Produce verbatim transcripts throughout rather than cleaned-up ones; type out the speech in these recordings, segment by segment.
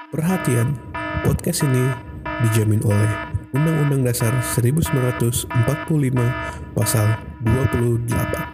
Perhatian, podcast ini dijamin oleh Undang-Undang Dasar seribu sembilan ratus empat puluh lima Pasal dua puluh delapan.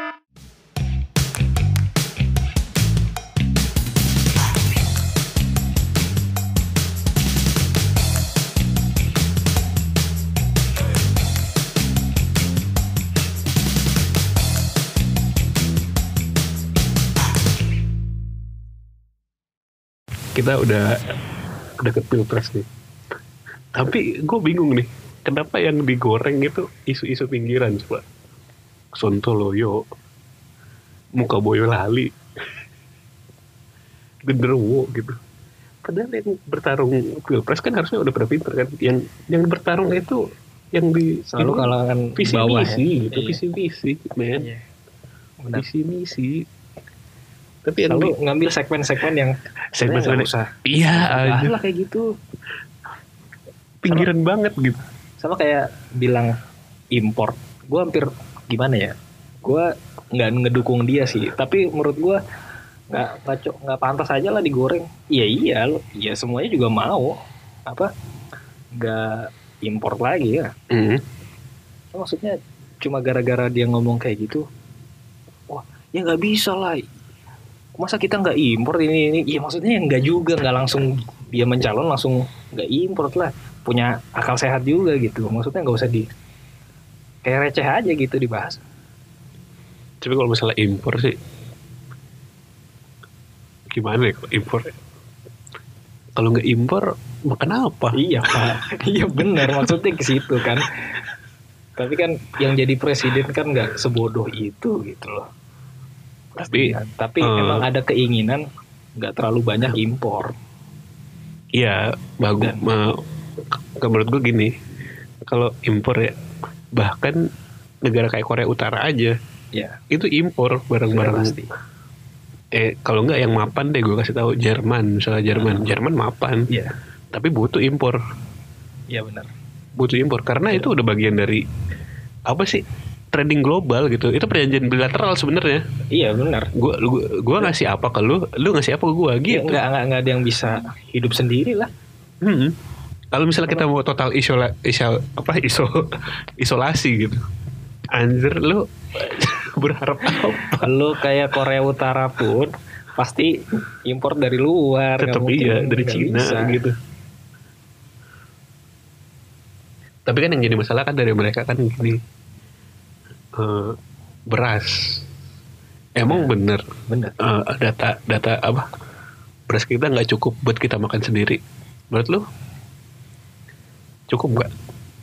Kita udah deket pilpres nih. Tapi gue bingung nih, kenapa yang digoreng itu isu-isu pinggiran coba? Sontoloyo, muka Boyolali, genderuwo gitu. Padahal yang bertarung pilpres kan harusnya udah pada pinter kan. Yang yang bertarung itu yang di selalu kalangan visi bawah misi ya? gitu, Iya. visi misi, men, Iya. Benar. visi misi. Tapi yang Selalu di- ngambil segmen-segmen yang segmen-segmen nggak usah. iya Lah aja lah kayak gitu. pinggiran banget gitu. Sama kayak bilang import. Gue hampir gimana ya? Gue nggak ngedukung dia sih. Tapi menurut gue nggak nggak co- nggak pantas aja lah digoreng. Iya iya lo. Iya semuanya juga mau apa? Nggak import lagi ya. Mm. Maksudnya cuma gara-gara dia ngomong kayak gitu. Wah ya nggak bisa lah. Masa kita nggak impor ini ini? Iya maksudnya nggak juga, nggak langsung dia mencalon langsung nggak import lah. Punya akal sehat juga gitu. Maksudnya nggak usah di kayak receh aja gitu dibahas. Tapi kalau misalnya impor sih gimana ya kalau impor? Kalau nggak impor makan apa? Iya pak, iya benar maksudnya ke situ kan. Tapi kan yang jadi presiden kan nggak sebodoh itu gitu loh. Tapi Ya, tapi eh, emang ada keinginan nggak terlalu banyak impor. iya bagus. Dan- Ma- ke- menurut gue gini, kalau impor ya bahkan negara kayak Korea Utara aja Ya, itu impor sudah barang-barang. pasti. Eh kalau nggak yang mapan deh gue kasih tahu Jerman, misalnya Jerman, Jerman mapan, Iya, tapi butuh impor, iya benar. butuh impor karena itu udah bagian dari apa sih? Trading global gitu. Itu perjanjian bilateral sebenarnya. Iya benar. Gua, gua gua ngasih apa ke lu, lu ngasih apa ke gua Ya, gitu. nggak nggak nggak ada yang bisa hidup sendiri lah. Hmm. Kalau misalnya kita mau total isola, isol, apa iso, isolasi gitu, anjir lu berharap apa? Lo kayak Korea Utara pun pasti impor dari luar. nggak Tetap mungkin, iya dari nggak Cina bisa. gitu. Tapi kan yang jadi masalah kan dari mereka kan gini, eh, beras. Emang bener Bener. eh, data data apa? Beras kita nggak cukup buat kita makan sendiri. Menurut lu cukup nggak?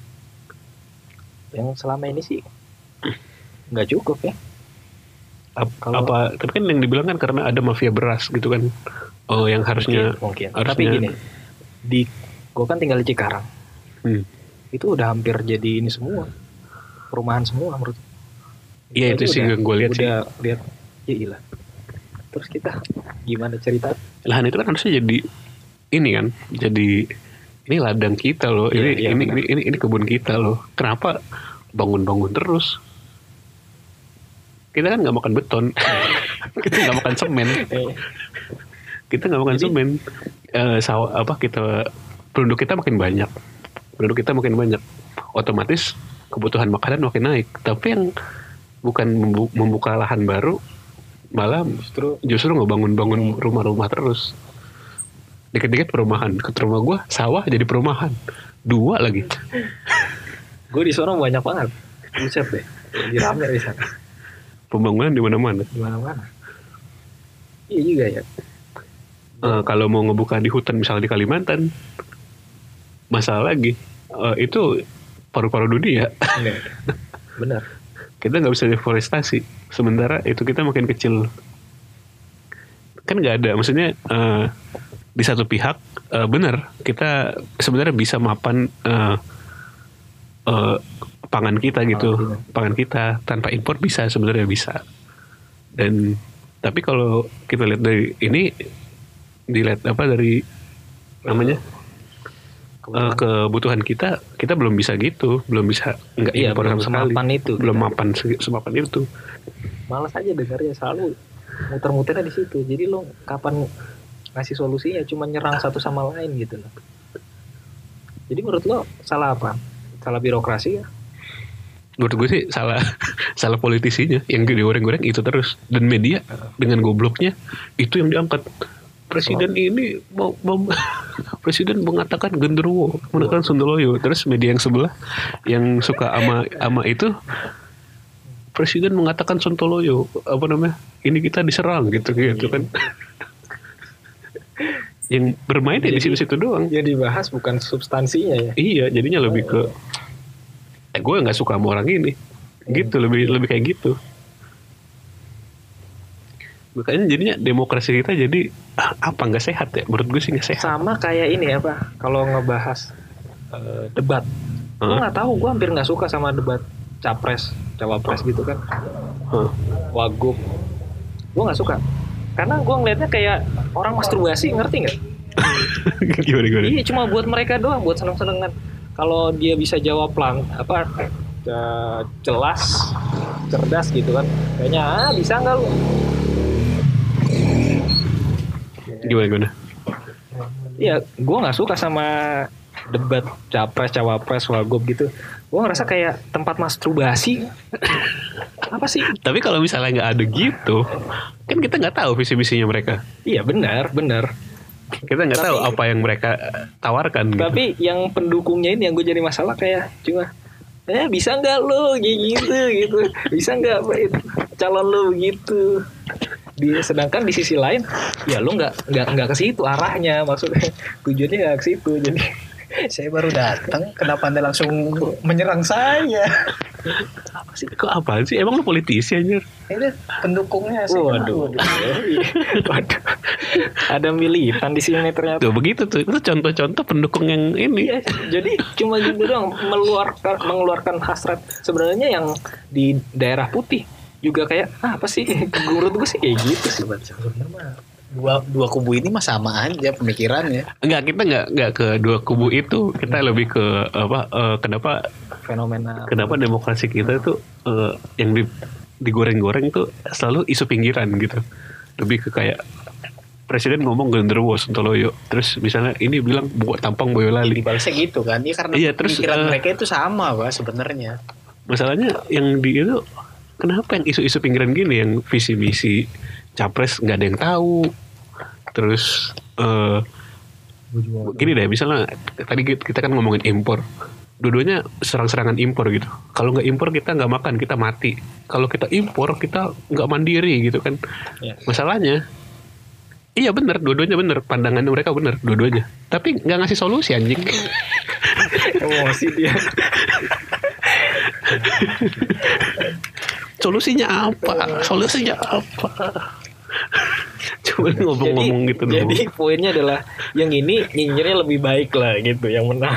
Yang selama ini sih nggak cukup ya. Ap- Kalau- apa tapi kan yang dibilang kan karena ada mafia beras gitu kan. Oh yang harusnya Mungkin. harusnya- Tapi gini, di gua kan tinggal di Cikarang. hmm, Itu udah hampir jadi ini semua. Perumahan semua menurut. iya itu aja sih udah- yang gue lihat sih. Udah lihat. Ya ilah. Terus kita gimana cerita? Lahan itu kan harusnya jadi ini kan, jadi ini ladang kita loh, Iya, ini, iya, ini, benar. ini ini ini kebun kita loh. Kenapa bangun-bangun terus? Kita kan nggak makan beton, kita nggak makan semen, Eh, kita nggak makan Jadi- semen. Eh, sawah apa kita penduduk kita makin banyak, penduduk kita makin banyak, otomatis kebutuhan makanan makin naik. Tapi yang bukan membu- membuka lahan baru, malah justru justru ngebangun-bangun rumah-rumah terus. Dikit-dikit perumahan, ke rumah gue sawah jadi perumahan, dua lagi. gue di sana banyak banget. Buset deh. Lagi rame di sana. Pembangunan di mana-mana. Di mana-mana. Iya juga ya. Eh, kalau mau ngebuka di hutan misalnya di Kalimantan, masalah lagi. Eh, itu paru-paru dunia. Bener. Bener. Kita nggak bisa deforestasi. Sementara itu kita makin kecil. Kan nggak ada. Maksudnya eh, di satu pihak eh, benar kita sebenarnya bisa mapan eh, eh, pangan kita gitu, pangan kita tanpa impor bisa sebenarnya bisa. Dan tapi kalau kita lihat dari ini, dilihat apa dari namanya eh, kebutuhan kita, kita belum bisa gitu, belum bisa nggak Iya, impor belum sama sekali, semapan itu belum kita. mapan se- semapan itu. Malas aja dengarnya selalu muter-muternya di situ. Jadi lo kapan ngasih solusinya, cuma nyerang satu sama lain gitu loh. Jadi menurut lo salah apa? Salah birokrasi ya? Menurut gue sih salah salah politisinya yang digoreng-goreng itu terus, dan media dengan gobloknya itu yang diangkat. Presiden oh. ini mau, mau presiden mengatakan genderuwo, mengatakan Sontoloyo, terus media yang sebelah yang suka ama ama itu presiden mengatakan Sontoloyo, apa namanya? Ini kita diserang gitu gitu kan. Yang bermain di situ-situ doang. Jadi bahas bukan substansinya ya. Iya, jadinya lebih ke eh gue nggak suka sama orang ini. Gitu, lebih lebih kayak gitu. Makanya jadinya demokrasi kita jadi apa nggak sehat ya? Menurut gue sih nggak sehat. Sama kayak ini apa? Kalau ngebahas uh, debat, huh? gue nggak tahu. Gue hampir nggak suka sama debat capres, cawapres gitu kan. Huh? Wagub, gue nggak suka. Karena gue ngelihatnya kayak orang masturbasi, ngerti nggak? Gimana gimana? Iya, cuma buat mereka doang, buat seneng-senengan. Kalau dia bisa jawab lang, apa? Jelas, cerdas gitu kan? Kayaknya ah, bisa nggak lu? Gimana gimana? Iya, gue nggak suka sama debat capres, cawapres, wagub gitu. Gue ngerasa kayak tempat masturbasi. Apa sih? Tapi kalau misalnya nggak ada gitu, kan kita nggak tahu visi misinya mereka. Iya benar, benar. Kita nggak tahu apa yang mereka tawarkan. Tapi gitu. Yang pendukungnya ini yang gue jadi masalah kayak cuma, eh bisa nggak lo gitu gitu, bisa nggak calon lo begitu. Di, sedangkan di sisi lain ya lu nggak nggak nggak ke situ arahnya, maksudnya tujuannya nggak ke situ. Jadi saya baru datang, kenapa Anda langsung menyerang saya? Apa sih? Kok apaan sih? Emang lu politisi anjir? Ini pendukungnya sih. Waduh. Waduh. Ada militan di sini ternyata. Tuh begitu tuh. Itu contoh-contoh pendukung yang ini. Ya, jadi cuma gitu doang meluarkan mengeluarkan hasrat. Sebenarnya yang di daerah putih juga kayak ah, apa sih? Menurut gue sih kayak gitu sih. Sebenarnya dua dua kubu ini mah sama aja pemikirannya. Enggak, kita enggak enggak ke dua kubu itu. Kita lebih ke apa uh, kenapa fenomena kenapa demokrasi kita tuh uh, yang di, digoreng-goreng tuh selalu isu pinggiran gitu. Lebih ke kayak presiden ngomong genderuwo Sontoloyo, terus misalnya ini bilang buat tampang Boyolali. Dibalasnya gitu kan. Iya karena iya, terus, pemikiran uh, mereka itu sama, Pak, sebenarnya. Masalahnya yang di itu kenapa yang isu-isu pinggiran gini, yang visi misi capres nggak ada yang tahu. Terus uh, gini deh, misalnya tadi kita kan ngomongin impor, dua-duanya serang-serangan impor gitu. Kalau nggak impor kita nggak makan, kita mati. Kalau kita impor kita nggak mandiri gitu kan. Ya. Masalahnya, iya benar, dua-duanya benar, pandangannya mereka benar, dua-duanya. Tapi nggak ngasih solusi anjing. Emosi dia. Solusinya apa? Solusinya apa? Cuma ngomong-ngomong gitu doang. Jadi poinnya adalah yang ini nyinyirnya lebih baik lah gitu, yang menang.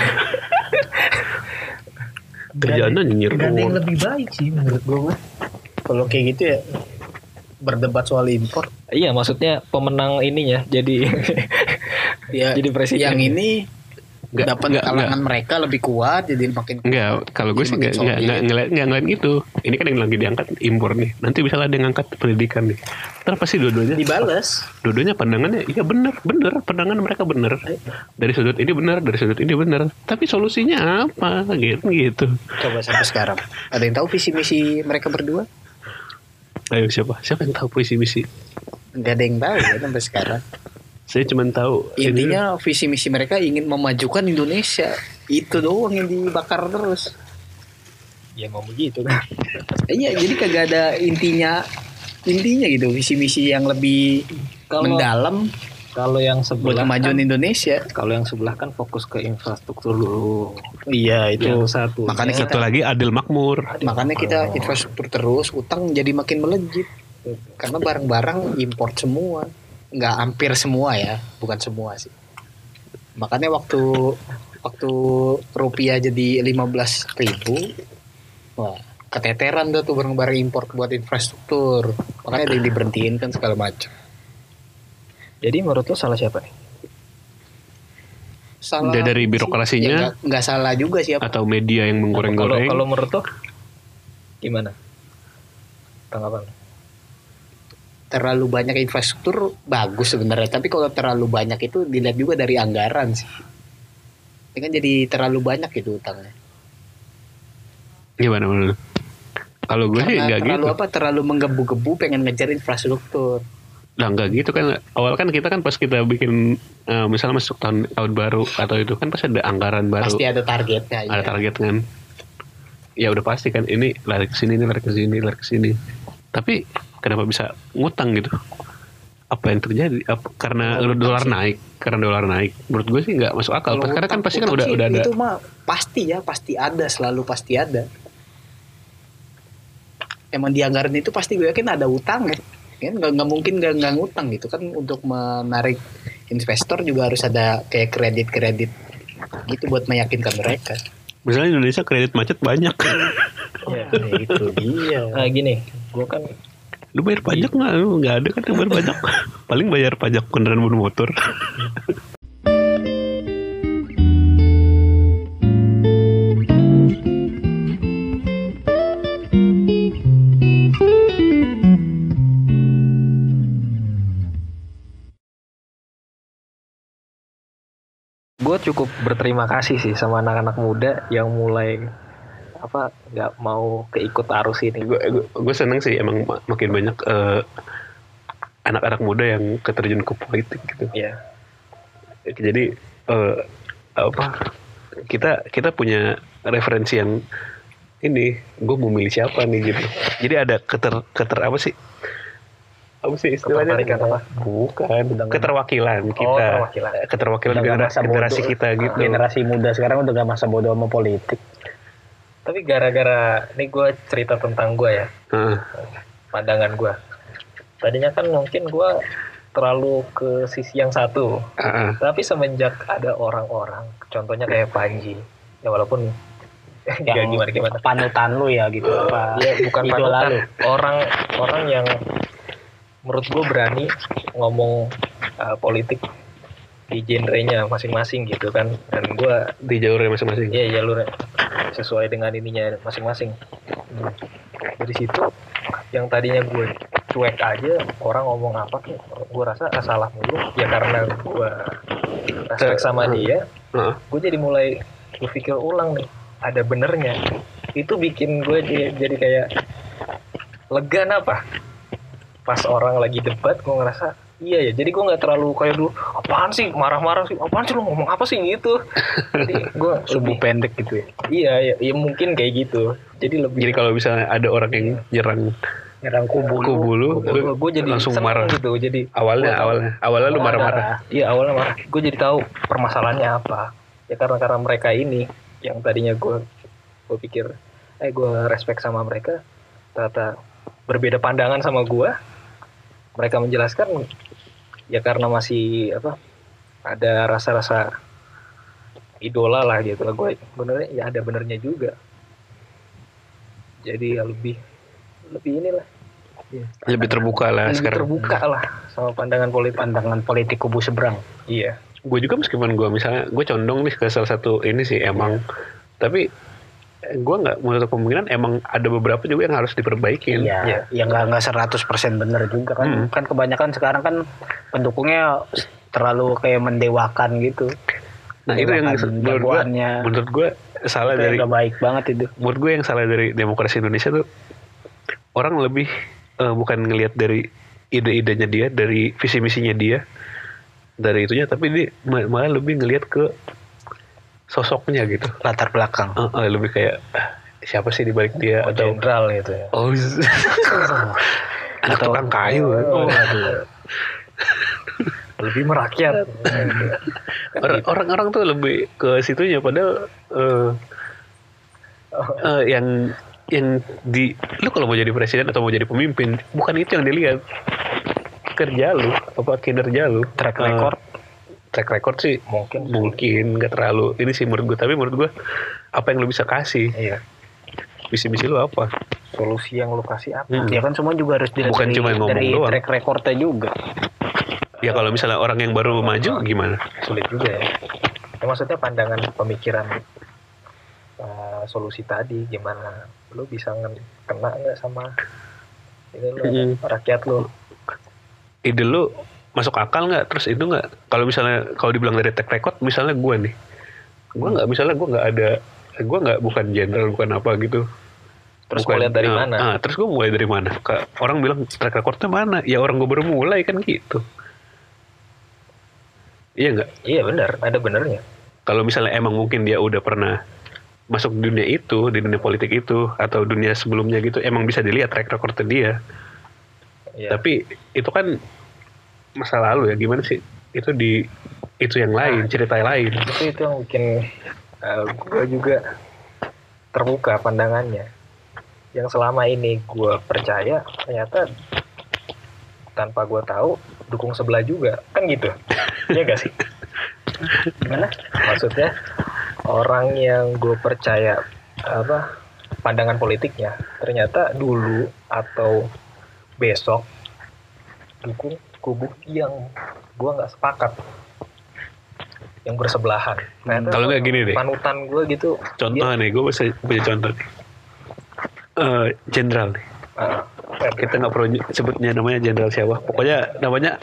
Kerjaannya nyinyir doang. Gak ada yang lebih baik sih menurut gue. Kalau kayak gitu ya berdebat soal impor. Iya, maksudnya pemenang ininya jadi ya, jadi presiden. Yang ini dapat kalangan enggak. Mereka lebih kuat, jadi makin enggak. Kalau gue sih enggak enggak enggak ngeliat enggak ngeliat gitu. Ini kan yang lagi diangkat impor nih. Nanti bisa ada yang ngangkat pendidikan nih. Ntar pasti dua-duanya dibalas. Dua-duanya pandangannya iya benar, benar, pandangan mereka benar. Dari sudut ini benar, dari sudut ini benar. Tapi solusinya apa? Gitu gitu. Coba sampai sekarang. Ada yang tahu visi misi mereka berdua? Ayo siapa? Siapa yang tahu visi misi? Enggak ada yang tahu ya sampai sekarang. Saya cuma tahu intinya ini, visi misi mereka ingin memajukan Indonesia. Itu doang yang dibakar terus. Ya mau begitu kan. Iya, jadi kagak ada intinya intinya gitu, visi misi yang lebih kalau, mendalam. Kalau yang sebelah buat kemajuan kan, Indonesia. Kalau yang sebelah kan fokus ke infrastruktur dulu. Iya, itu yang satu. Makanya ya. Satu lagi adil makmur. Makanya kita infrastruktur terus, utang jadi makin melejit. Karena barang-barang import semua. Nggak hampir semua ya, bukan semua sih. Makanya waktu waktu rupiah jadi lima belas ribu, wah keteteran tuh barang-barang impor buat infrastruktur. Makanya ada yang diberhentiin kan segala macam. Jadi menurut lo salah siapa nih? Salah udah dari birokrasinya? Ya, nggak salah juga siapa. Atau media yang menggoreng-goreng? Kalau menurut lo gimana tanggapan? terlalu banyak infrastruktur bagus sebenarnya, tapi kalau terlalu banyak itu dilihat juga dari anggaran sih. Ini kan jadi terlalu banyak itu utangnya. Gimana menurut? Kalau gue sih Karena nggak terlalu gitu. apa terlalu menggebu-gebu pengen ngejar infrastruktur. Nah nggak gitu kan. Awal kan kita kan pas kita bikin uh, misalnya masuk tahun tahun baru atau itu kan pasti ada anggaran baru. Pasti ada targetnya. Ada ya. target kan. Ya udah pasti kan ini lari ke sini, ini lari ke sini, lari ke sini. Tapi kenapa bisa ngutang gitu? Apa yang terjadi? Apa, karena Kalau dolar utang sih- naik, karena dolar naik. Menurut gue sih nggak masuk akal. Kalau Karena kan utang- pasti kan utang udah sih udah ada. Itu mah pasti ya, pasti ada, selalu pasti ada. Emang di anggaran itu pasti gue yakin ada utang ya. Kan nggak nggak mungkin nggak nggak ngutang gitu kan, untuk menarik investor juga harus ada kayak kredit-kredit gitu buat meyakinkan mereka. Misalnya Indonesia kredit macet banyak. Ya. itu dia. Nah gini, gue kan Lu bayar pajak nggak? Lu nggak ada kan yang bayar pajak. Paling bayar pajak kendaraan bermotor. gue cukup berterima kasih sih sama anak-anak muda yang mulai apa nggak mau keikut arus ini. Gue gue seneng sih emang mak- makin banyak eh, anak-anak muda yang keterjun ke politik gitu. Ya, Jadi eh, apa? Kita kita punya referensi yang ini. Gue mau milih siapa nih gitu. Jadi ada keter keter apa sih? Apa sih istilahnya? Ketertarikan apa? Bukan. Dengan- Keterwakilan kita. Oh, keterwakilan. Keterwakilan Udah nggak generasi, masa generasi bodoh. kita gitu. Generasi muda sekarang udah gak masa bodoh sama politik. Tapi gara-gara ini gue cerita tentang gue ya, Heeh. pandangan gue. Tadinya kan mungkin gue terlalu ke sisi yang satu. Heeh. Tapi semenjak ada orang-orang, contohnya kayak Panji, ya walaupun ya gimana gimana. Panutan lu ya gitu apa? Ya bukan idola panutan, lu. orang orang yang menurut gue berani ngomong uh, politik di genrenya masing-masing gitu kan, dan gue Di jalurnya masing-masing. ya jalurnya sesuai dengan ininya masing-masing. Hmm. Dari situ yang tadinya gue cuek aja, orang ngomong apa tuh gue rasa ah, salah mulu ya, karena gue respect sama dia, Heeh. gue jadi mulai berpikir ulang nih, ada benernya. Itu bikin gue jadi, jadi kayak lega apa pas orang lagi debat, gue ngerasa iya ya, jadi gue nggak terlalu kayak dulu apaan sih marah-marah sih, apaan sih lu ngomong apa sih gitu. Jadi gue Subuh lebih pendek gitu ya. iya ya, ya mungkin kayak gitu. Jadi lebih Jadi kalau misalnya ada orang yang nyerang Nyerang kubu lu. kubu lu, gue, lu gue jadi langsung seneng marah. gitu. Jadi Awalnya, gua tahu- awalnya, awalnya lu awalnya marah-marah. Iya awalnya marah. Gue jadi tahu permasalahannya apa. Ya karena karena mereka ini yang tadinya gue gue pikir, eh gue respect sama mereka, ternyata berbeda pandangan sama gue. Mereka menjelaskan ya karena masih apa, ada rasa-rasa idola lah gitu lah. Gue benernya ya ada benernya juga. Jadi ya lebih lebih inilah. Ya, Lebih terbuka lah lebih sekarang. terbuka lah sama pandangan politik. Pandangan politik kubu seberang. Iya. Gue juga meskipun gue misalnya gue condong nih ke salah satu ini sih emang, tapi gue nggak menutup kemungkinan emang ada beberapa juga yang harus diperbaikin. Iya, Iya. ya nggak nggak seratus persen bener juga kan. Hmm. Kan kebanyakan sekarang kan pendukungnya terlalu kayak mendewakan gitu. Nah itu yang Mendewakan menurut gue, jagoannya. menurut gue salah Itu yang dari, nggak baik banget itu. menurut gue yang salah dari demokrasi Indonesia tuh orang lebih eh, bukan ngelihat dari ide-idenya dia, dari visi misinya dia, dari itunya, tapi dia ma- malah lebih ngelihat ke sosoknya gitu. Latar belakang. Eh, eh, lebih kayak ah, siapa sih di balik dia Oh, atau jenderal gitu ya. oh anak Atau- tukang kayu. Oh, aduh. Lebih merakyat. Or- Orang-orang tuh lebih ke situnya, padahal eh, eh, yang yang di lu kalau mau jadi presiden atau mau jadi pemimpin bukan itu yang dilihat, kerja lu apa kinerja lu, Track Eh, record. track record sih Mungkin. mungkin nggak terlalu ini sih menurut gue, tapi menurut gue apa yang lu bisa kasih, Iya. misi-misi lu apa. Solusi yang lu kasih apa? Hmm. Ya kan semua juga harus dilihat Bukan dari, cuma ngomong dari doang. track recordnya juga. Ya kalau misalnya orang yang baru maju gimana? Sulit juga ya. Ya, maksudnya pandangan pemikiran uh, solusi tadi gimana? Lu bisa ngen- kena nggak sama ini lu Hmm. rakyat lu? ide lu masuk akal nggak, terus itu nggak, kalau misalnya kalau dibilang dari track record, misalnya gue nih, gue nggak, misalnya gue nggak ada, gue nggak, bukan jenderal, bukan apa gitu. Terus Bukan, mau lihat dari nah, mana? Nah, terus gue mulai dari mana? Ka- Orang bilang track recordnya mana? Ya orang gue baru mulai kan gitu. Iya nggak? Iya benar, ada benernya. Kalau misalnya emang mungkin dia udah pernah masuk dunia itu, di dunia politik itu, atau dunia sebelumnya gitu, emang bisa dilihat track recordnya dia. Iya. Tapi itu kan masa lalu ya, gimana sih? Itu di itu yang lain, cerita yang lain. Itu itu yang bikin uh, gue juga terbuka pandangannya. Yang selama ini gue percaya ternyata tanpa gue tahu dukung sebelah juga, kan gitu. Iya gak sih? Gimana? Maksudnya orang yang gue percaya apa pandangan politiknya ternyata dulu atau besok dukung kubu yang gue nggak sepakat, yang bersebelahan. Ternyata Kalau nggak gini deh. panutan gue gitu. Contoh nih, gue bisa punya contoh nih. Eh, Jenderal nih. Ah, Kita nggak perlu sebutnya namanya jenderal siapa. Pokoknya namanya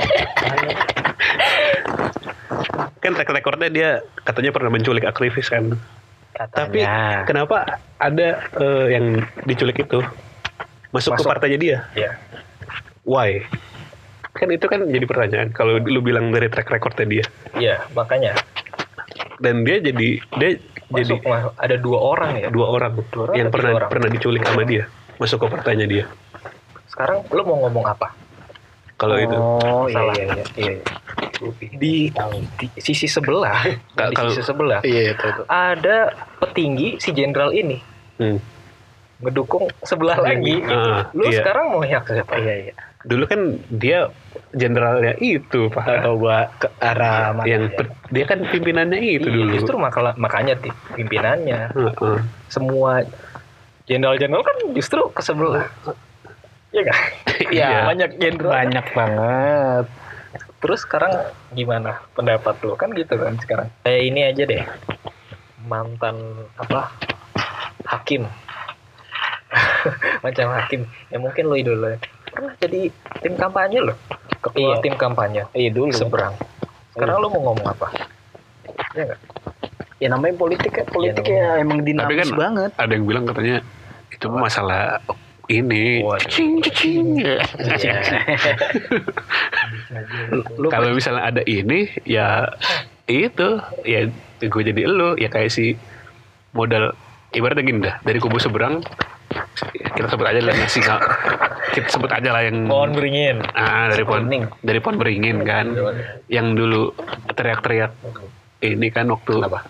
kan track recordnya dia katanya pernah menculik aktivis kan. Tapi katanya. kenapa ada eh, yang diculik itu masuk, ke Masuk. partainya dia? ya. Why? Kan itu kan jadi pertanyaan. Kalau lu bilang dari track recordnya dia, Iya, makanya dan dia jadi dia jadi masuk mah ada dua orang ya. dua orang, Dua orang yang atau pernah tiga orang? pernah diculik sama dia masuk ke partainya dia. Sekarang lu mau ngomong apa? Kalau itu Oh iya Salah. iya iya. iya. Di, di sisi sebelah, Ka- di kalau- sisi sebelah Iya itu itu. ada petinggi si jenderal ini hmm. ngedukung sebelah lagi. Ah, Lu iya. sekarang mau yang siapa? Iya iya. Dulu kan dia jenderalnya itu, Pak. Atau gua ke arah mana Yang ya? per- dia kan pimpinannya itu Iya, dulu. justru makala, makanya ti- pimpinannya Heeh. semua jenderal-jenderal kan justru ke sebelah. Iya kan? Iya. Banyak jenderal. banyak banget. Terus sekarang gimana pendapat lu? Kan gitu kan sekarang. Kayak ini aja deh. Mantan apa? Hakim. Macam hakim. Ya mungkin lu idola. Pernah jadi tim kampanye lo. Ketua Iya. tim kampanye. Iya dulu. Seberang. Sekarang lu mau ngomong apa? Iya enggak? Ya namanya politik ya, politik Iya, ya emang Tapi dinamis kan banget. ada yang bilang katanya itu masalah ini. Waduh. Cing cing. Iya. Lu Kalau misalnya ada ini ya itu ya gue jadi elu ya kayak si modal ibaratnya gini dah, dari kubu seberang kita sebut aja lah si kita sebut aja lah yang pohon beringin. ah dari pohon Beringin. dari pohon beringin kan yang dulu teriak-teriak ini kan waktu Apa?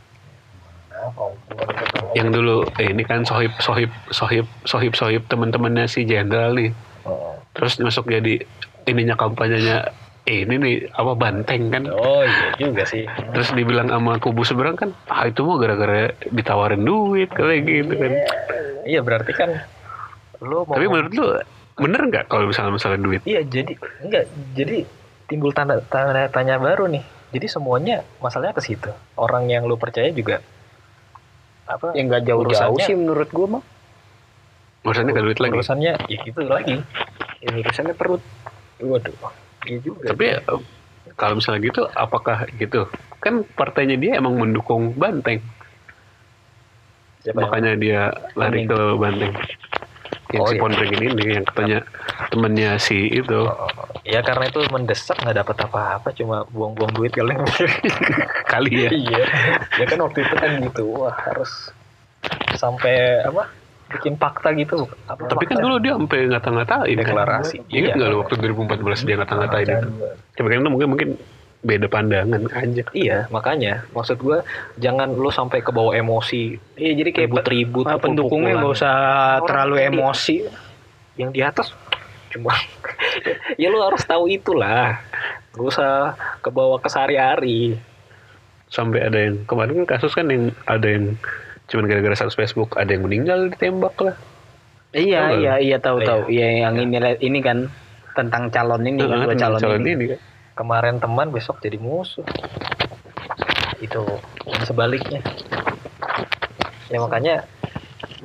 yang dulu eh, ini kan sohib sohib sohib sohib sohib teman-temannya si jenderal nih, Oh. terus masuk jadi ininya kampanyenya eh, ini nih apa Banteng kan, Oh iya juga sih. terus dibilang sama kubu seberang kan ah itu mah gara-gara ditawarin duit kayak gitu kan. Iya berarti kan lu mau Tapi menurut lu bener nggak kalau misalnya masalah duit? Iya jadi enggak jadi timbul tanda tanda tanya baru nih. Jadi semuanya masalahnya ke situ. Orang yang lu percaya juga apa? Ya nggak jauh-jauh urusannya- sih menurut gua mah. Urusannya ke duit lagi. Urusannya ya gitu lagi. Ya, urusannya perut. Waduh. Iya juga. Tapi eh, kalau misalnya gitu, apakah gitu? Kan partainya dia emang mendukung Banteng, Siapa yang- makanya dia lari ke Banteng. Yang Oh, si iya. pohon beringin ini, yang katanya temennya si itu. Oh, ya karena itu mendesak nggak dapat apa-apa, cuma buang-buang duit kali. Kali ya. Iya. Ya kan waktu itu kan gitu. Wah harus sampai apa? Bikin fakta gitu. Apa, Tapi kan fakta? dulu dia sampai ngata-ngatain kan? Deklarasi. Iya Iya. nggak lo waktu dua ribu empat belas dia ngata-ngatain itu. Coba kan itu mungkin mungkin beda pandangan aja. Iya, makanya maksud gue jangan lu sampai ke bawah emosi. Iya jadi kayak Ribut-ribut, pe- pendukungnya nggak usah Orang terlalu yang di- emosi. Yang di atas cuma ya lu harus tahu itulah. Gak usah ke bawah ke sehari-hari. Sampai ada yang kemarin kan kasus kan yang ada yang cuman gara-gara status Facebook ada yang meninggal ditembak lah. Iya Tahu iya iya tahu Iya. tahu. Iya yang ini ini kan tentang calon ini kan, dua Tentang calon, ini. ini kan. Kemarin teman, besok jadi musuh. Itu dan sebaliknya. Ya makanya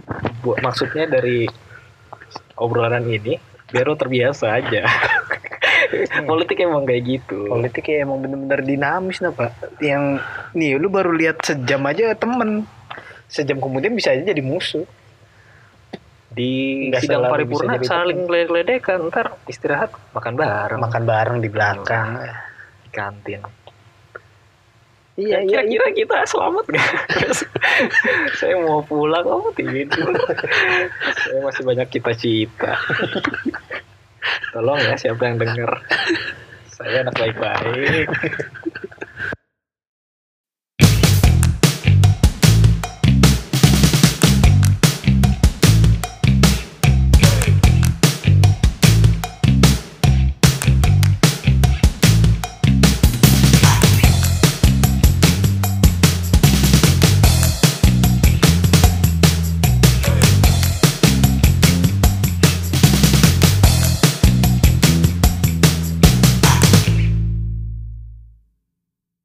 bu, maksudnya dari obrolan ini biar lu terbiasa aja. Politik emang kayak gitu. Politik ya emang bener-bener dinamis nah Pak. Yang nih lu baru lihat sejam aja temen, sejam kemudian bisa aja jadi musuh. Di Nggak sidang selalu paripurna bisa jadi saling teman. geledek-geledekan, ntar istirahat makan bareng Makan bareng di belakang. di kantin. Iya, iya, Kira-kira kita selamat gak? Saya mau pulang, kamu tidur. Saya masih banyak cita-cita. Tolong ya siapa yang denger. Saya anak baik-baik.